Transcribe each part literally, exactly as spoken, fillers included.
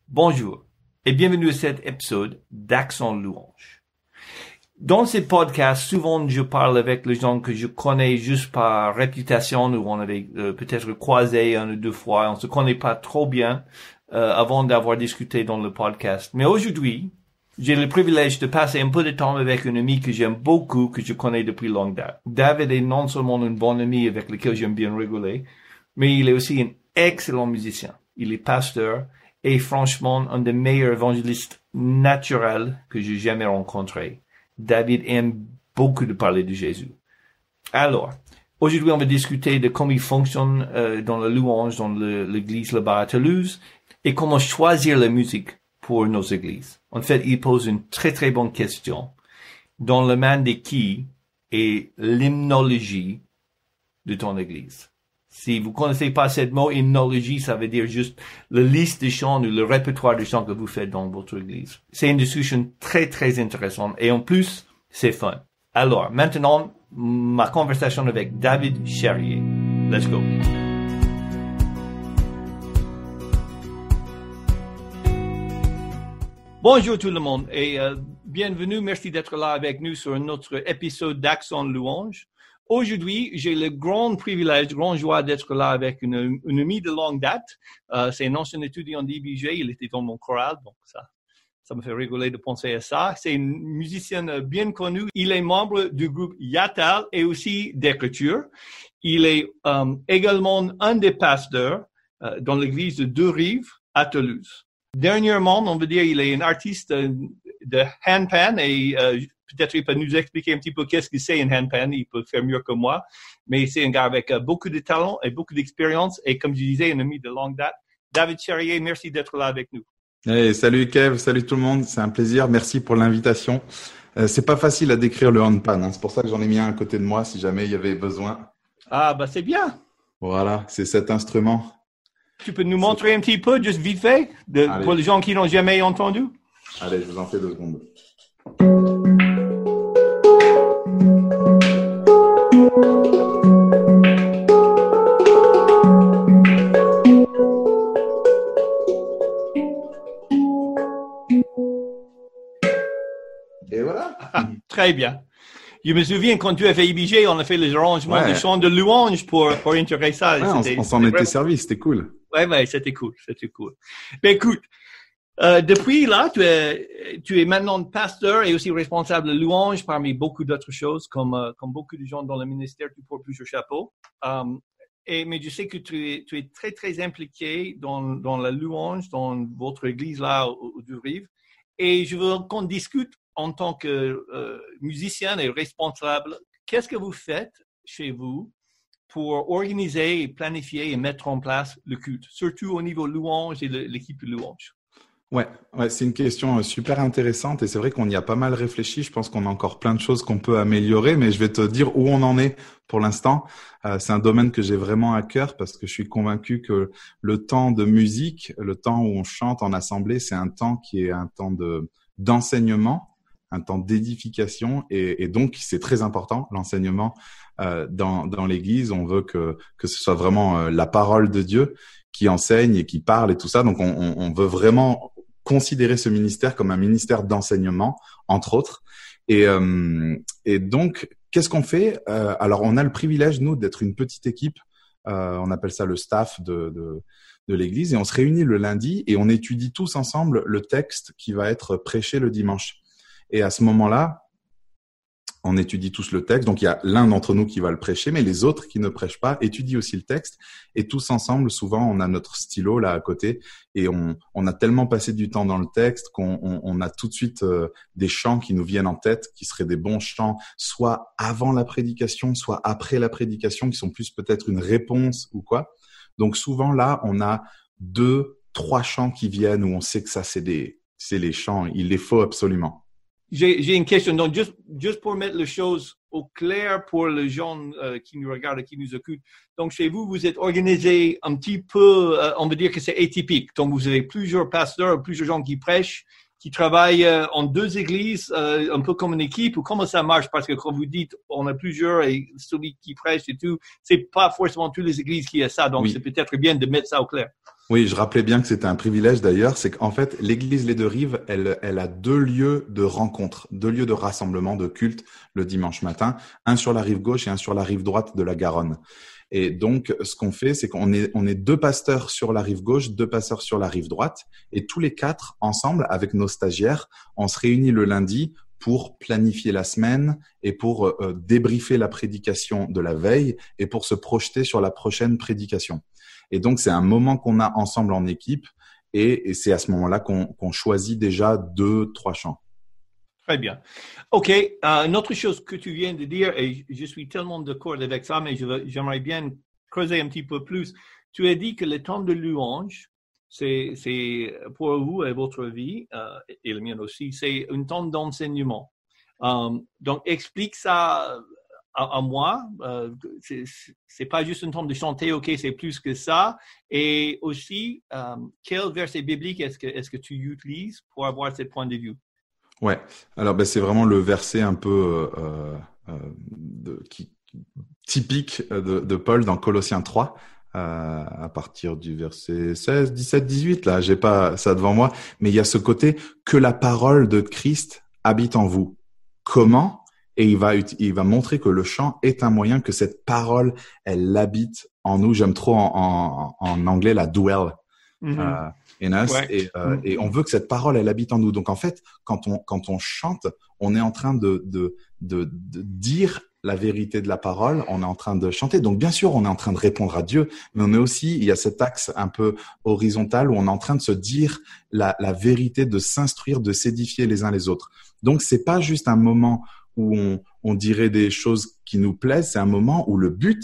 Bonjour et bienvenue à cet épisode d'Accent Louange. Dans ces podcasts, souvent je parle avec les gens que je connais juste par réputation ou on avait euh, peut-être croisé un ou deux fois, on se connaît pas trop bien euh, avant d'avoir discuté dans le podcast. Mais aujourd'hui, j'ai le privilège de passer un peu de temps avec un ami que j'aime beaucoup, que je connais depuis longue date. David est non seulement un bon ami avec lequel j'aime bien rigoler, mais il est aussi un excellent musicien. Il est pasteur et franchement un des meilleurs évangélistes naturels que j'ai jamais rencontré. David aime beaucoup de parler de Jésus. Alors, aujourd'hui, on va discuter de comment il fonctionne euh, dans la louange, dans le, l'église là-bas à Toulouse, et comment choisir la musique pour nos églises. En fait, il pose une très très bonne question. Dans le domaine des qui est l'hymnologie de ton église. Si vous connaissez pas ce mot, hymnologie, ça veut dire juste la liste de chants ou le répertoire de chants que vous faites dans votre église. C'est une discussion très, très intéressante et en plus, c'est fun. Alors, maintenant, ma conversation avec David Charrier. Let's go. Bonjour tout le monde et euh, bienvenue. Merci d'être là avec nous sur un autre épisode d'Accent Louange. Aujourd'hui, j'ai le grand privilège, grande joie d'être là avec une, une amie de longue date. Euh, c'est un ancien étudiant d'I B G, il était dans mon chorale, donc ça, ça me fait rigoler de penser à ça. C'est une musicienne bien connue. Il est membre du groupe Yatal et aussi d'écriture. Il est euh, également un des pasteurs euh, dans l'église de Deux-Rives à Toulouse. Dernièrement, on veut dire, il est un artiste euh, de handpan et euh, peut-être il peut nous expliquer un petit peu qu'est-ce que c'est un handpan. Il peut faire mieux que moi. Mais c'est un gars avec uh, beaucoup de talent et beaucoup d'expérience. Et comme je disais, un ami de longue date. David Charrier, merci d'être là avec nous. Hey, salut Kev, salut tout le monde. C'est un plaisir. Merci pour l'invitation. Euh, c'est pas facile à décrire le handpan. Hein. C'est pour ça que j'en ai mis un à côté de moi si jamais il y avait besoin. Ah, bah c'est bien. Voilà, c'est cet instrument. Tu peux nous montrer c'est... un petit peu, juste vite fait, de, pour les gens qui n'ont jamais entendu? Allez, je vous en fais deux secondes. Et voilà. Ah, très bien. Je me souviens quand tu as fait I B G, on a fait les arrangements ouais. des chants de louange pour, pour intégrer ça. Ouais, on, on s'en était vraiment... servi, c'était cool. Ouais, ouais, c'était cool, c'était cool. Mais écoute, euh, depuis là, tu es, tu es maintenant pasteur et aussi responsable de louange parmi beaucoup d'autres choses, comme, euh, comme beaucoup de gens dans le ministère, tu portes plusieurs chapeaux. Um, et, mais je sais que tu es, tu es très, très impliqué dans, dans la louange, dans votre église là, au, au Deux-Rives. Et je veux qu'on discute en tant que euh, musicien et responsable. Qu'est-ce que vous faites chez vous pour organiser, et planifier et mettre en place le culte, surtout au niveau louange et le, l'équipe de louange? Ouais, ouais, c'est une question super intéressante et c'est vrai qu'on y a pas mal réfléchi. Je pense qu'on a encore plein de choses qu'on peut améliorer, mais je vais te dire où on en est pour l'instant. Euh, c'est un domaine que j'ai vraiment à cœur parce que je suis convaincu que le temps de musique, le temps où on chante en assemblée, c'est un temps qui est un temps de d'enseignement, un temps d'édification et, et donc c'est très important l'enseignement euh, dans dans l'Église. On veut que que ce soit vraiment euh, la parole de Dieu qui enseigne et qui parle et tout ça. Donc on, on, on veut vraiment considérer ce ministère comme un ministère d'enseignement, entre autres. Et, euh, et donc, qu'est-ce qu'on fait? euh, Alors, on a le privilège, nous, d'être une petite équipe. Euh, on appelle ça le staff de, de, de l'Église. Et on se réunit le lundi et on étudie tous ensemble le texte qui va être prêché le dimanche. Et à ce moment-là, on étudie tous le texte. Donc, il y a l'un d'entre nous qui va le prêcher, mais les autres qui ne prêchent pas étudient aussi le texte. Et tous ensemble, souvent, on a notre stylo là à côté et on, on a tellement passé du temps dans le texte qu'on on, on a tout de suite euh, des chants qui nous viennent en tête, qui seraient des bons chants, soit avant la prédication, soit après la prédication, qui sont plus peut-être une réponse ou quoi. Donc, souvent, là, on a deux, trois chants qui viennent où on sait que ça, c'est des, c'est les chants. Il les faut absolument. J'ai, j'ai une question. Donc, juste, juste pour mettre les choses au clair pour les gens euh, qui nous regardent et qui nous écoutent. Donc, chez vous, vous êtes organisé un petit peu, euh, on veut dire que c'est atypique. Donc, vous avez plusieurs pasteurs, plusieurs gens qui prêchent, qui travaillent euh, en deux églises, euh, un peu comme une équipe, ou comment ça marche? Parce que quand vous dites, on a plusieurs et celui qui prêche et tout, c'est pas forcément toutes les églises qui a ça. Donc, oui. C'est peut-être bien de mettre ça au clair. Oui, je rappelais bien que c'était un privilège d'ailleurs. C'est qu'en fait, l'église Les Deux Rives, elle, elle a deux lieux de rencontre, deux lieux de rassemblement, de culte le dimanche matin, un sur la rive gauche et un sur la rive droite de la Garonne. Et donc, ce qu'on fait, c'est qu'on est, on est deux pasteurs sur la rive gauche, deux pasteurs sur la rive droite, et tous les quatre, ensemble, avec nos stagiaires, on se réunit le lundi pour planifier la semaine et pour euh, débriefer la prédication de la veille et pour se projeter sur la prochaine prédication. Et donc, c'est un moment qu'on a ensemble en équipe, et, et c'est à ce moment-là qu'on, qu'on choisit déjà deux, trois chants. Très bien. OK. Euh, une autre chose que tu viens de dire, et je suis tellement d'accord avec ça, mais je veux, j'aimerais bien creuser un petit peu plus. Tu as dit que le temps de louange, c'est, c'est pour vous et votre vie, euh, et le mien aussi, c'est un temps d'enseignement. Euh, donc, explique ça à, à moi. Euh, c'est, c'est pas juste un temps de chanter, OK, c'est plus que ça. Et aussi, euh, quel verset biblique est-ce que, est-ce que tu utilises pour avoir ce point de vue? Ouais, alors ben, c'est vraiment le verset un peu euh, euh, de, qui, typique de, de Paul dans Colossiens trois, euh, à partir du verset seize, dix-sept, dix-huit, là, j'ai pas ça devant moi, mais il y a ce côté que la parole de Christ habite en vous. Comment? Et il va, il va montrer que le chant est un moyen, que cette parole, elle habite en nous. J'aime trop en, en, en anglais la dwell. Mm-hmm. Euh, in us, ouais. et, euh, mm-hmm. et on veut que cette parole, elle habite en nous. Donc en fait, quand on quand on chante, on est en train de de de, de dire la vérité de la parole. On est en train de chanter. Donc bien sûr, on est en train de répondre à Dieu, mais on est aussi, il y a cet axe un peu horizontal où on est en train de se dire la la vérité, de s'instruire, de s'édifier les uns les autres. Donc c'est pas juste un moment où on on dirait des choses qui nous plaisent. C'est un moment où le but,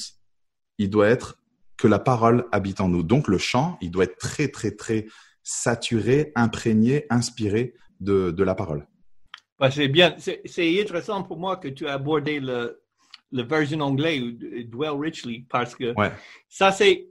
il doit être que la parole habite en nous. Donc, le chant, il doit être très, très, très saturé, imprégné, inspiré de, de la parole. Bah, c'est bien. C'est, c'est intéressant pour moi que tu as abordé le, le version anglais, Dwell Richly, parce que ouais. ça, c'est,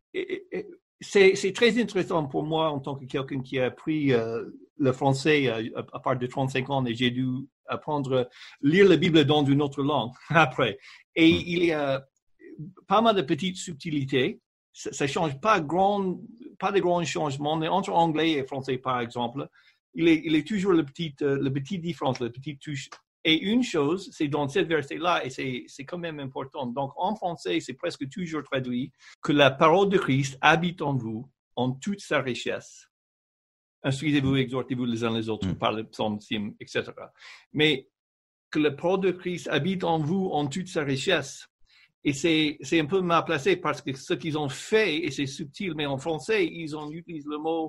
c'est, c'est très intéressant pour moi en tant que quelqu'un qui a appris euh, le français euh, à part de trente-cinq ans, et j'ai dû apprendre, lire la Bible dans une autre langue après. Et mmh. il y a pas mal de petites subtilités. Ça, ça change pas grand, pas de grands changements. Entre anglais et français, par exemple, il est, il est toujours le petit, euh, le petit différence, le petit touche. Et une chose, c'est dans cette verset-là, et c'est, c'est quand même important. Donc, en français, c'est presque toujours traduit que la parole de Christ habite en vous, en toute sa richesse. Instruisez-vous, exhortez-vous les uns les autres mm. par le psaume, et cetera. Mais que la parole de Christ habite en vous, en toute sa richesse. Et c'est, c'est un peu mal placé parce que ce qu'ils ont fait, et c'est subtil, mais en français, ils ont utilisé le mot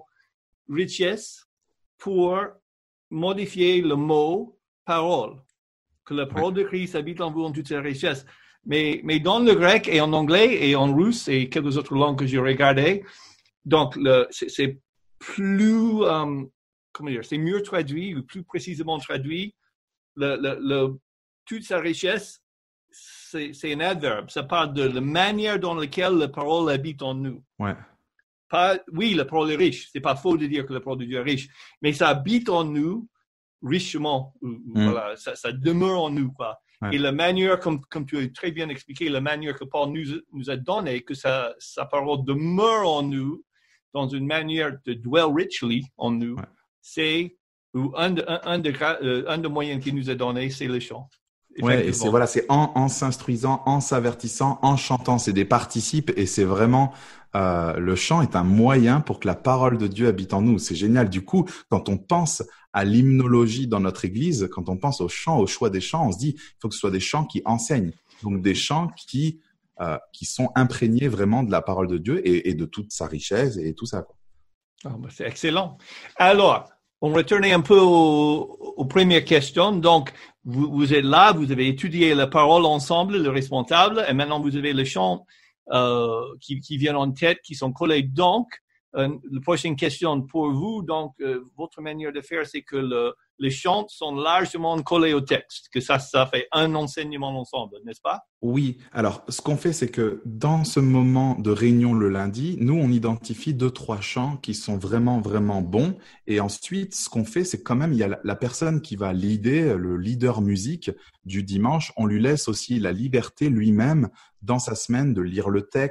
richesse pour modifier le mot parole. Que la parole de Christ habite en vous en toute sa richesse. Mais, mais dans le grec et en anglais et en russe et quelques autres langues que j'ai regardées, donc le, c'est, c'est plus, um, comment dire, c'est mieux traduit ou plus précisément traduit. Le, le, le, toute sa richesse, C'est, c'est un adverbe. Ça parle de la manière dans laquelle la parole habite en nous. Ouais. Pas, oui, la parole est riche. C'est pas faux de dire que la parole de Dieu est riche. Mais ça habite en nous richement. Mm. Voilà, ça, ça demeure en nous, quoi. Ouais. Et la manière, comme, comme tu as très bien expliqué, la manière que Paul nous, nous a donnée, que sa, sa parole demeure en nous dans une manière de dwell richly en nous, ouais. c'est ou un, de, un, un, de, euh, un des moyens qu'il nous a donné, c'est le chant. Ouais, et c'est voilà, c'est en, en s'instruisant, en s'avertissant, en chantant, c'est des participes, et c'est vraiment euh, le chant est un moyen pour que la parole de Dieu habite en nous. C'est génial. Du coup, quand on pense à l'hymnologie dans notre Église, quand on pense au chant, au choix des chants, on se dit il faut que ce soit des chants qui enseignent, donc des chants qui euh, qui sont imprégnés vraiment de la parole de Dieu et, et de toute sa richesse et tout ça, quoi. Oh, bah c'est excellent. Alors, on retourne un peu aux, aux premières questions. Donc, vous, vous êtes là, vous avez étudié la parole ensemble, le responsable, et maintenant vous avez les chants euh, qui, qui viennent en tête, qui sont collés. Donc, euh, la prochaine question pour vous, donc, euh, votre manière de faire, c'est que le, les chants sont largement collés au texte, que ça, ça fait un enseignement ensemble, n'est-ce pas? Oui. Alors, ce qu'on fait, c'est que dans ce moment de réunion le lundi, nous, on identifie deux, trois chants qui sont vraiment, vraiment bons. Et ensuite, ce qu'on fait, c'est quand même, il y a la, la personne qui va leader, le leader musique du dimanche, on lui laisse aussi la liberté lui-même dans sa semaine de lire le texte,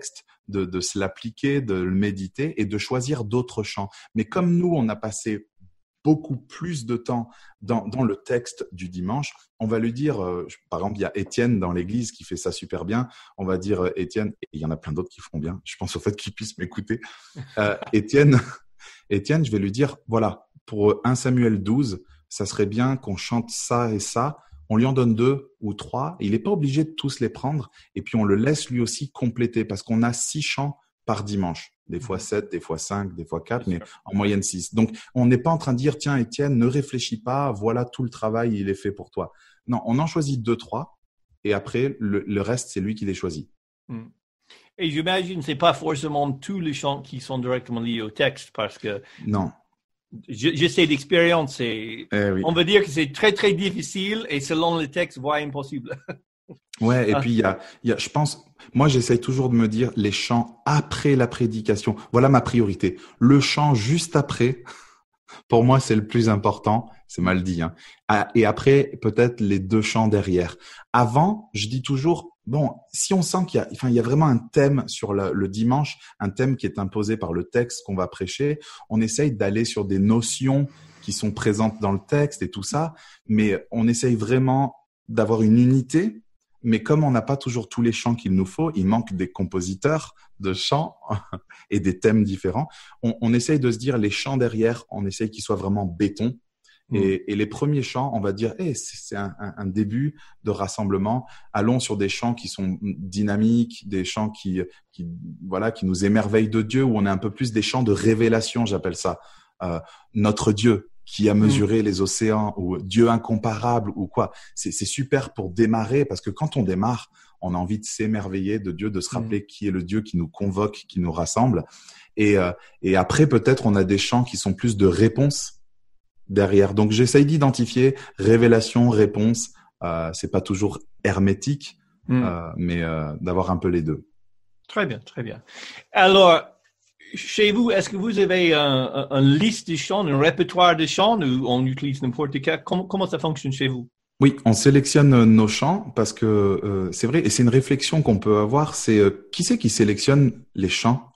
de, de se l'appliquer, de le méditer et de choisir d'autres chants. Mais comme nous, on a passé beaucoup plus de temps dans, dans le texte du dimanche, on va lui dire, euh, par exemple, il y a Étienne dans l'église qui fait ça super bien, on va dire euh, Étienne, et il y en a plein d'autres qui font bien, je pense au fait qu'il puisse m'écouter. Euh, Étienne, Étienne, je vais lui dire, voilà, pour un Samuel douze, ça serait bien qu'on chante ça et ça, on lui en donne deux ou trois, et il n'est pas obligé de tous les prendre, et puis on le laisse lui aussi compléter, parce qu'on a six chants par dimanche. Des fois sept, des fois cinq, des fois quatre, mais en moyenne six. Donc, on n'est pas en train de dire, tiens, Étienne, ne réfléchis pas, voilà, tout le travail, il est fait pour toi. Non, on en choisit deux, trois, et après, le, le reste, c'est lui qui les choisit. Mm. Et j'imagine, c'est pas forcément tous les chants qui sont directement liés au texte, parce que… Non. Je, je sais d'expérience, et eh oui. on va dire que c'est très, très difficile, et selon le texte, voire impossible. Ouais, et ah. puis il y a, il y a, je pense, moi j'essaye toujours de me dire les chants après la prédication. Voilà ma priorité. Le chant juste après, pour moi c'est le plus important. C'est mal dit, hein. Et après peut-être les deux chants derrière. Avant, je dis toujours, bon, si on sent qu'il y a, enfin il y a vraiment un thème sur le, le dimanche, un thème qui est imposé par le texte qu'on va prêcher, on essaye d'aller sur des notions qui sont présentes dans le texte et tout ça, mais on essaye vraiment d'avoir une unité. Mais comme on n'a pas toujours tous les chants qu'il nous faut, il manque des compositeurs de chants et des thèmes différents. On, on essaye de se dire les chants derrière, on essaye qu'ils soient vraiment béton. Mmh. Et, et les premiers chants, on va dire, hey, c'est, c'est un, un, un début de rassemblement. Allons sur des chants qui sont dynamiques, des chants qui, qui, voilà, qui nous émerveillent de Dieu, où on est un peu plus des chants de révélation, j'appelle ça. Euh, notre Dieu qui a mesuré mmh. les océans, ou Dieu incomparable, ou quoi. C'est, c'est super pour démarrer, parce que quand on démarre, on a envie de s'émerveiller de Dieu, de se rappeler mmh. qui est le Dieu qui nous convoque, qui nous rassemble. Et, euh, et après, peut-être, on a des chants qui sont plus de réponse derrière. Donc, j'essaye d'identifier révélation, réponse. Euh, c'est pas toujours hermétique, mmh. euh, mais euh, d'avoir un peu les deux. Très bien, très bien. Alors, chez vous, est-ce que vous avez un, un, une liste de chants, un répertoire de chants, ou on utilise n'importe quel? Comment, comment ça fonctionne chez vous? Oui, on sélectionne nos chants parce que euh, c'est vrai, et c'est une réflexion qu'on peut avoir, c'est euh, qui c'est qui sélectionne les chants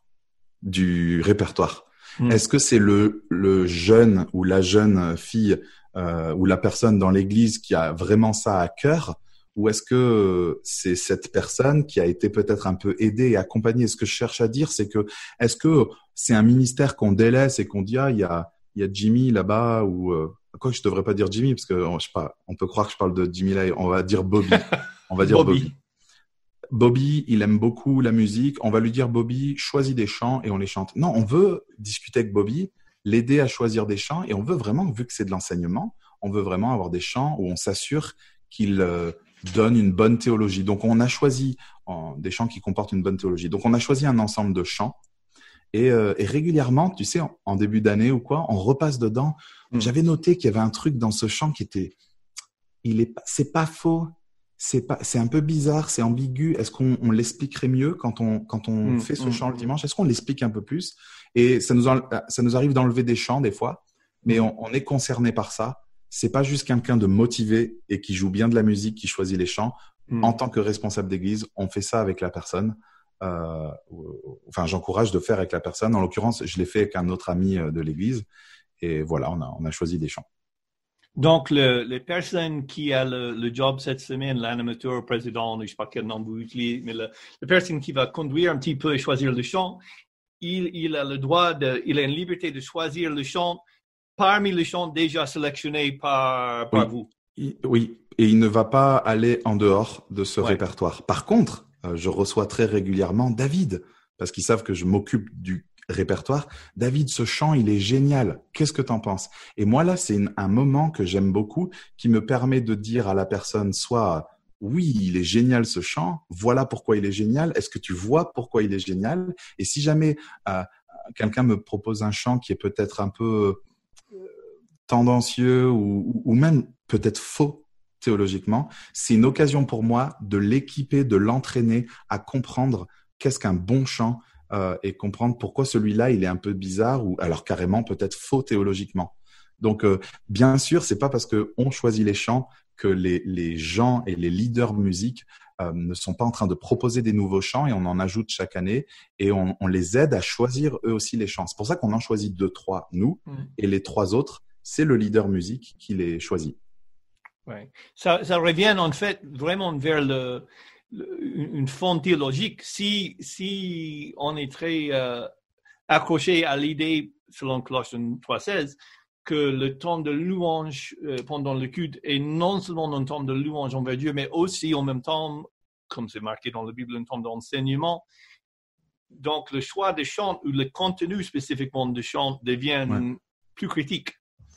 du répertoire? Mmh. Est-ce que c'est le, le jeune ou la jeune fille euh, ou la personne dans l'église qui a vraiment ça à cœur? Ou est-ce que c'est cette personne qui a été peut-être un peu aidée et accompagnée? Ce que je cherche à dire, c'est que est-ce que c'est un ministère qu'on délaisse et qu'on dit ah il y a il y a Jimmy là-bas ou euh, quoi, je devrais pas dire Jimmy parce que je sais pas, on peut croire que je parle de Jimmy là, on va dire Bobby. On va dire Bobby. Bobby. Bobby, il aime beaucoup la musique. On va lui dire Bobby, choisis des chants et on les chante. Non, on veut discuter avec Bobby, l'aider à choisir des chants et on veut vraiment, vu que c'est de l'enseignement, on veut vraiment avoir des chants où on s'assure qu'il euh, donne une bonne théologie. Donc, on a choisi en, des chants qui comportent une bonne théologie. Donc, on a choisi un ensemble de chants et, euh, et régulièrement, tu sais, en, en début d'année ou quoi, on repasse dedans. Mmh. J'avais noté qu'il y avait un truc dans ce chant qui était, il est, c'est pas faux, c'est pas, c'est un peu bizarre, c'est ambigu. Est-ce qu'on on l'expliquerait mieux quand on quand on mmh. fait ce mmh. chant le dimanche? Est-ce qu'on l'explique un peu plus? Et ça nous en, ça nous arrive d'enlever des chants des fois, mais mmh. on, on est concerné par ça. C'est pas juste quelqu'un de motivé et qui joue bien de la musique, qui choisit les chants. Mmh. En tant que responsable d'église, on fait ça avec la personne. Euh, enfin, j'encourage de faire avec la personne. En l'occurrence, je l'ai fait avec un autre ami de l'église. Et voilà, on a, on a choisi des chants. Donc, le, les personnes qui a le, le job cette semaine, l'animateur, le président, je ne sais pas quel nom vous utilisez, mais le, la personne qui va conduire un petit peu et choisir le chant, il, il a le droit de, il a une liberté de choisir le chant parmi les chants déjà sélectionnés par, par oui. vous. Il, oui, et il ne va pas aller en dehors de ce ouais. répertoire. Par contre, euh, je reçois très régulièrement David, parce qu'ils savent que je m'occupe du répertoire. David, ce chant, il est génial. Qu'est-ce que tu en penses? Et moi, là, c'est une, un moment que j'aime beaucoup qui me permet de dire à la personne soit oui, il est génial ce chant, voilà pourquoi il est génial. Est-ce que tu vois pourquoi il est génial? Et si jamais euh, quelqu'un me propose un chant qui est peut-être un peu tendancieux ou, ou même peut-être faux théologiquement, c'est une occasion pour moi de l'équiper, de l'entraîner à comprendre qu'est-ce qu'un bon chant euh, et comprendre pourquoi celui-là il est un peu bizarre ou alors carrément peut-être faux théologiquement. Donc euh, bien sûr, c'est pas parce que on choisit les chants que les, les gens et les leaders musique euh, ne sont pas en train de proposer des nouveaux chants et on en ajoute chaque année et on, on les aide à choisir eux aussi les chants. C'est pour ça qu'on en choisit deux, trois, nous, mmh. et les trois autres, c'est le leader musique qui les choisit. Ouais. Ça, ça revient en fait vraiment vers le, le, une forme théologique. Si, si on est très euh, accroché à l'idée, selon Colossiens trois seize, que le temps de louange euh, pendant le culte est non seulement un temps de louange envers Dieu, mais aussi en même temps, comme c'est marqué dans la Bible, un temps d'enseignement. Donc, le choix des chants ou le contenu spécifiquement des chants devient ouais. plus critique.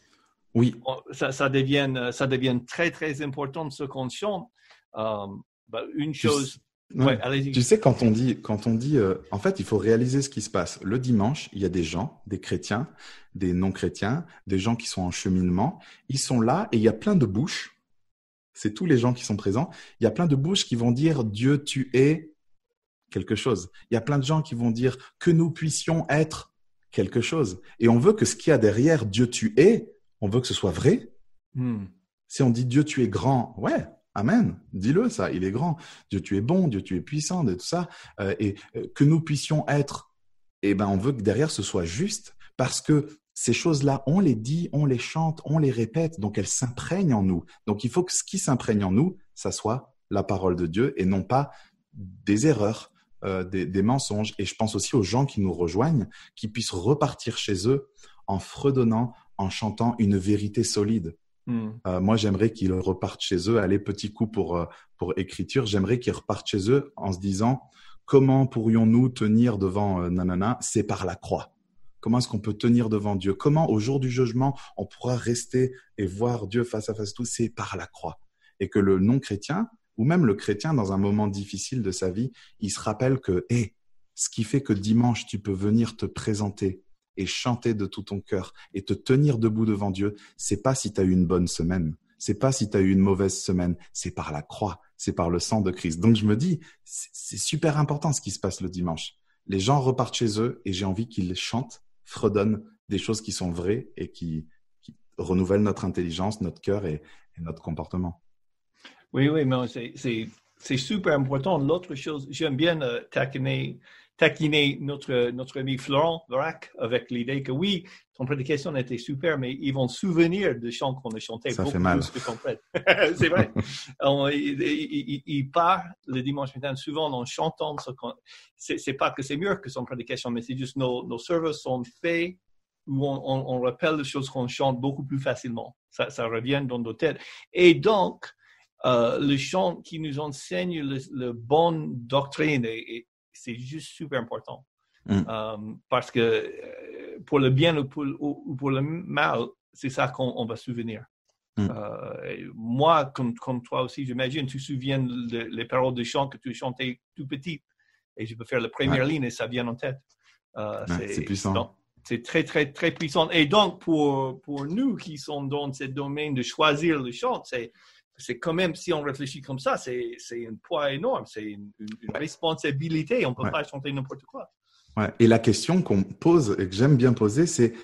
Oui. Ça, ça, devient, ça devient très, très important ce qu'on chante. Euh, bah, une chose... Ouais. Ouais, allez-y. Tu sais, quand on dit, quand on dit euh, en fait, il faut réaliser ce qui se passe. Le dimanche, il y a des gens, des chrétiens, des non-chrétiens, des gens qui sont en cheminement. Ils sont là et il y a plein de bouches. C'est tous les gens qui sont présents. Il y a plein de bouches qui vont dire « Dieu, tu es quelque chose ». Il y a plein de gens qui vont dire « Que nous puissions être quelque chose ». Et on veut que ce qu'il y a derrière « Dieu, tu es », on veut que ce soit vrai. Hmm. Si on dit « Dieu, tu es grand », ouais. Amen. Dis-le, ça. Il est grand. Dieu, tu es bon. Dieu, tu es puissant. De tout ça. Euh, et euh, que nous puissions être, eh ben, on veut que derrière ce soit juste parce que ces choses-là, on les dit, on les chante, on les répète. Donc, elles s'imprègnent en nous. Donc, il faut que ce qui s'imprègne en nous, ça soit la parole de Dieu et non pas des erreurs, euh, des, des mensonges. Et je pense aussi aux gens qui nous rejoignent, qui puissent repartir chez eux en fredonnant, en chantant une vérité solide. Mm. Euh, moi, j'aimerais qu'ils repartent chez eux. Allez, petit coup pour euh, pour écriture. J'aimerais qu'ils repartent chez eux en se disant comment pourrions-nous tenir devant euh, nanana. C'est par la croix. Comment est-ce qu'on peut tenir devant Dieu? Comment au jour du jugement on pourra rester et voir Dieu face à face? Tout c'est par la croix. Et que le non-chrétien ou même le chrétien dans un moment difficile de sa vie, il se rappelle que hé, hey, ce qui fait que dimanche tu peux venir te présenter et chanter de tout ton cœur et te tenir debout devant Dieu, c'est pas si tu as eu une bonne semaine, c'est pas si tu as eu une mauvaise semaine, c'est par la croix, c'est par le sang de Christ. Donc je me dis, c'est super important ce qui se passe le dimanche. Les gens repartent chez eux et j'ai envie qu'ils chantent, fredonnent des choses qui sont vraies et qui, qui renouvellent notre intelligence, notre cœur et, et notre comportement. Oui, oui, mais c'est, c'est, c'est super important. L'autre chose, j'aime bien euh, taquiner taquiner notre, notre ami Florent Varac avec l'idée que oui, ton prédication était super, mais ils vont se souvenir de chants qu'on a chantés Ça beaucoup fait mal. plus que ton prêtre. C'est vrai. On, il, il, il part le dimanche matin souvent en chantant ce qu'on... C'est, c'est pas que c'est mieux que son prédication, mais c'est juste nos, nos services sont faits où on, on, on rappelle les choses qu'on chante beaucoup plus facilement. Ça, ça revient dans nos têtes. Et donc, euh, le chant qui nous enseigne le, le bonne doctrine est, est c'est juste super important. Mm. Um, parce que euh, pour le bien ou pour, ou pour le mal, c'est ça qu'on on va se souvenir. Mm. Euh, moi, comme, comme toi aussi, j'imagine, tu te souviens de, les paroles de chant que tu chantais tout petit. Et je peux faire la première ouais. ligne et ça vient en tête. Euh, ouais, c'est, c'est puissant. Donc, c'est très, très, très puissant. Et donc, pour, pour nous qui sommes dans ce domaine de choisir le chant, c'est c'est quand même, si on réfléchit comme ça, c'est, c'est un poids énorme, c'est une, une, une ouais. responsabilité, on ne peut ouais. pas chanter n'importe quoi. Ouais. Et la question qu'on pose, et que j'aime bien poser, c'est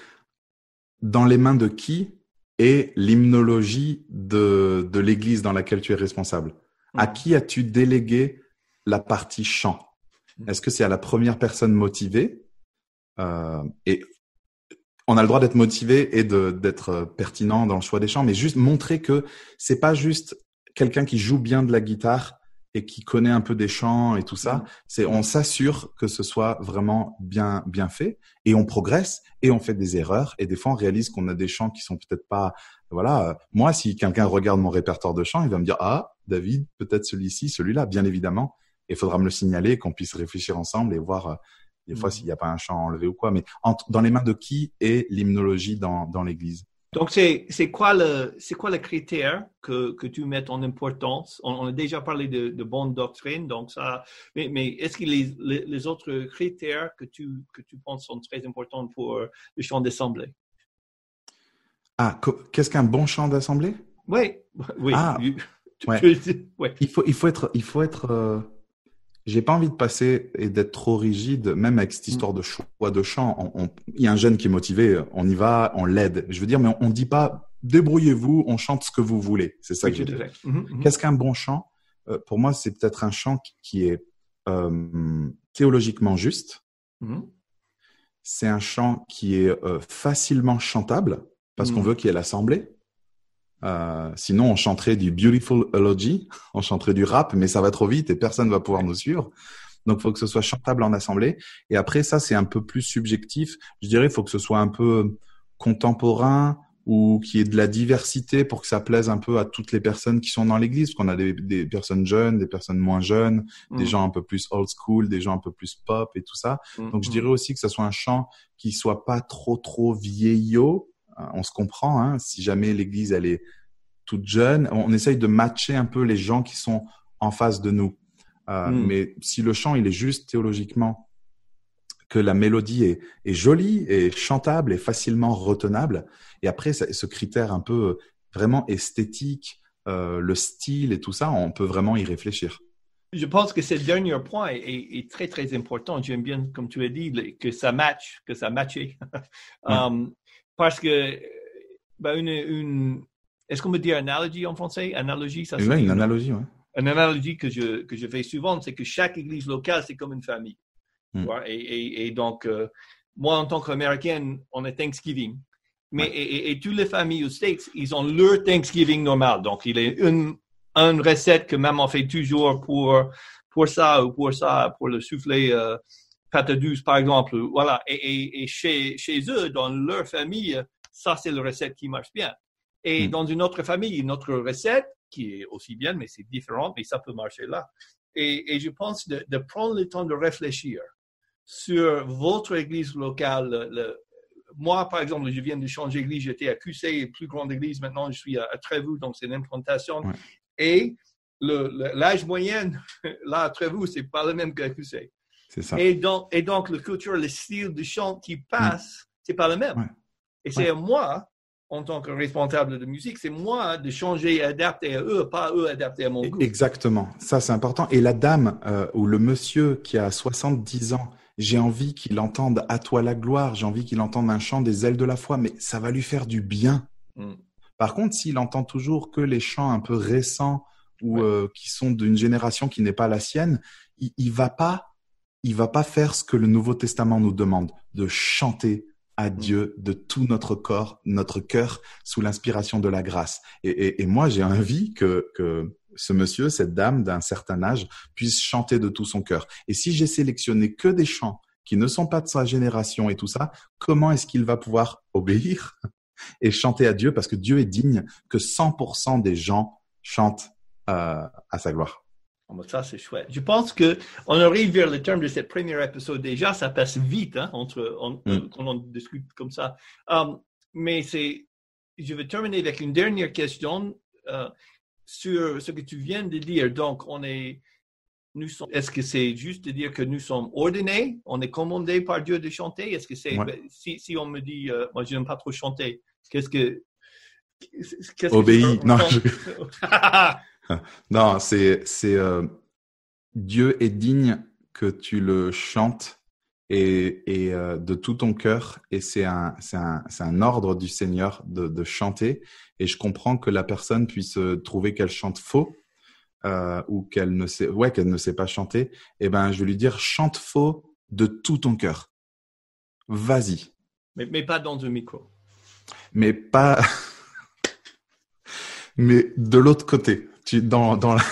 dans les mains de qui est l'hymnologie de, de l'église dans laquelle tu es responsable? Mmh. À qui as-tu délégué la partie chant? Mmh. Est-ce que c'est à la première personne motivée? euh, et On a le droit d'être motivé et de, d'être pertinent dans le choix des chants, mais juste montrer que c'est pas juste quelqu'un qui joue bien de la guitare et qui connaît un peu des chants et tout ça. C'est, on s'assure que ce soit vraiment bien, bien fait et on progresse et on fait des erreurs et des fois on réalise qu'on a des chants qui sont peut-être pas, voilà. Moi, si quelqu'un regarde mon répertoire de chants, il va me dire, ah, David, peut-être celui-ci, celui-là, bien évidemment. Et il faudra me le signaler, qu'on puisse réfléchir ensemble et voir, des fois, s'il n'y a pas un chant enlevé ou quoi, mais entre, dans les mains de qui est l'hymnologie dans, dans l'Église? Donc, c'est, c'est quoi le, c'est quoi le critère que, que tu mets en importance? On, on a déjà parlé de, de bonne doctrine, donc ça, mais, mais est-ce que les, les, les autres critères que tu, que tu penses sont très importants pour le chant d'assemblée? Ah, qu'est-ce qu'un bon chant d'assemblée? Oui, oui. Ah, tu, ouais. tu, ouais. Il faut, il faut être, il faut être, euh... J'ai pas envie de passer et d'être trop rigide, même avec cette histoire de choix de chant. On, on, il y a un jeune qui est motivé, on y va, on l'aide. Je veux dire, mais on, on dit pas débrouillez-vous, on chante ce que vous voulez. C'est ça que j'ai dit. Mm-hmm. Qu'est-ce qu'un bon chant? euh, pour moi, c'est peut-être un chant qui est euh, théologiquement juste. Mm-hmm. C'est un chant qui est euh, facilement chantable parce mm-hmm. qu'on veut qu'il y ait l'assemblée. Euh, sinon, on chanterait du Beautiful Eulogy, on chanterait du rap, mais ça va trop vite et personne va pouvoir nous suivre. Donc, il faut que ce soit chantable en assemblée. Et après, ça, c'est un peu plus subjectif. Je dirais, il faut que ce soit un peu contemporain ou qu'il y ait de la diversité pour que ça plaise un peu à toutes les personnes qui sont dans l'église. Parce qu'on a des, des personnes jeunes, des personnes moins jeunes, mmh. des gens un peu plus old school, des gens un peu plus pop et tout ça. Mmh. Donc, je dirais aussi que ce soit un chant qui soit pas trop, trop vieillot. On se comprend, hein. Si jamais l'église, elle est toute jeune, on essaye de matcher un peu les gens qui sont en face de nous. Euh, mm. Mais si le chant, il est juste théologiquement, que la mélodie est, est jolie, et chantable et facilement retenable, et après, ça, ce critère un peu vraiment esthétique, euh, le style et tout ça, on peut vraiment y réfléchir. Je pense que ce dernier point est, est, est très, très important. J'aime bien, comme tu as dit, que ça matche, que ça matche. Ouais. um, parce que, ben, une, une, est-ce qu'on peut dire analogie en français? Analogie, ça c'est une analogie, oui. Une analogie que je, que je fais souvent, c'est que chaque église locale, c'est comme une famille. Mm. Et, et, et donc, euh, moi, en tant qu'Américain, on a Thanksgiving. Mais, ouais. et, et, et toutes les familles aux States, ils ont leur Thanksgiving normal. Donc, il y a une, une recette que maman fait toujours pour, pour ça ou pour ça, pour le soufflé euh, pâte douce, par exemple. Voilà. Et, et, et chez, chez eux, dans leur famille, ça, c'est la recette qui marche bien. Et mm. dans une autre famille, une autre recette, qui est aussi bien, mais c'est différent, mais ça peut marcher là. Et, et je pense de, de prendre le temps de réfléchir sur votre église locale. Le, le, moi, par exemple, je viens de changer d'église, j'étais à Q C, plus grande église, maintenant je suis à, à Trévoux, donc c'est une implantation. Ouais. Et le, le, l'âge moyen, là, à Trévoux, c'est pas le même qu'à Q C. C'est ça. Et donc, et donc, le culture, le style de chant qui passe, mm. c'est pas le même. Ouais. Et c'est ouais. à moi, en tant que responsable de musique, c'est moi de changer, adapter à eux, pas eux adapter à mon goût. Exactement. Ça, c'est important. Et la dame euh, ou le monsieur qui a soixante-dix ans, j'ai envie qu'il entende « À toi la gloire », j'ai envie qu'il entende un chant des ailes de la foi, mais ça va lui faire du bien. Mm. Par contre, s'il entend toujours que les chants un peu récents ou ouais. euh, qui sont d'une génération qui n'est pas la sienne, il, il va pas, il va pas faire ce que le Nouveau Testament nous demande, de chanter à Dieu de tout notre corps, notre cœur, sous l'inspiration de la grâce. Et, et, et moi, j'ai envie que, que ce monsieur, cette dame d'un certain âge, puisse chanter de tout son cœur. Et si j'ai sélectionné que des chants qui ne sont pas de sa génération et tout ça, comment est-ce qu'il va pouvoir obéir et chanter à Dieu? Parce que Dieu est digne que cent pour cent des gens chantent euh, à sa gloire. Ça, c'est chouette. Je pense qu'on arrive vers le terme de cette première épisode déjà. Ça passe vite, hein, entre, on, mm. quand on discute comme ça. Um, mais c'est, je vais terminer avec une dernière question euh, sur ce que tu viens de dire. Donc, on est, nous sommes, est-ce que c'est juste de dire que nous sommes ordonnés? On est commandés par Dieu de chanter? Est-ce que c'est, ouais. si, si on me dit, euh, moi, je n'aime pas trop chanter, qu'est-ce que, qu'est-ce Obéis. Que non, je... Non, c'est c'est euh, Dieu est digne que tu le chantes et et euh, de tout ton cœur, et c'est un c'est un c'est un ordre du Seigneur de de chanter. Et je comprends que la personne puisse trouver qu'elle chante faux euh, ou qu'elle ne sait ouais qu'elle ne sait pas chanter. Et ben je vais lui dire chante faux de tout ton cœur. Vas-y. Mais mais pas dans un micro. Mais pas mais de l'autre côté. Dans dans la...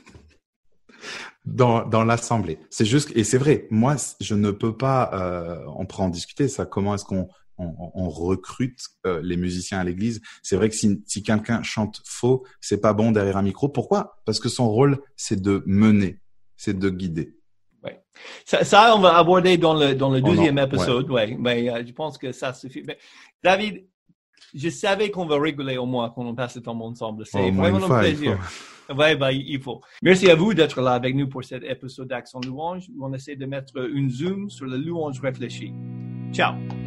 dans dans l'assemblée. C'est juste et c'est vrai. Moi, je ne peux pas. Euh, on pourra en discuter. Ça. Comment est-ce qu'on on, on recrute euh, les musiciens à l'église? C'est vrai que si si quelqu'un chante faux, c'est pas bon derrière un micro. Pourquoi? Parce que son rôle, c'est de mener, c'est de guider. Ouais. Ça, ça, on va aborder dans le dans le deuxième en, épisode. Ouais. ouais. Mais euh, je pense que ça suffit. Mais, David. Je savais qu'on va rigoler au moins quand on passe le temps ensemble. C'est oh, vraiment un plaisir. Ouais, ben, il faut. Merci à vous d'être là avec nous pour cet épisode d'Accent Louange où on essaie de mettre une zoom sur la louange réfléchie. Ciao.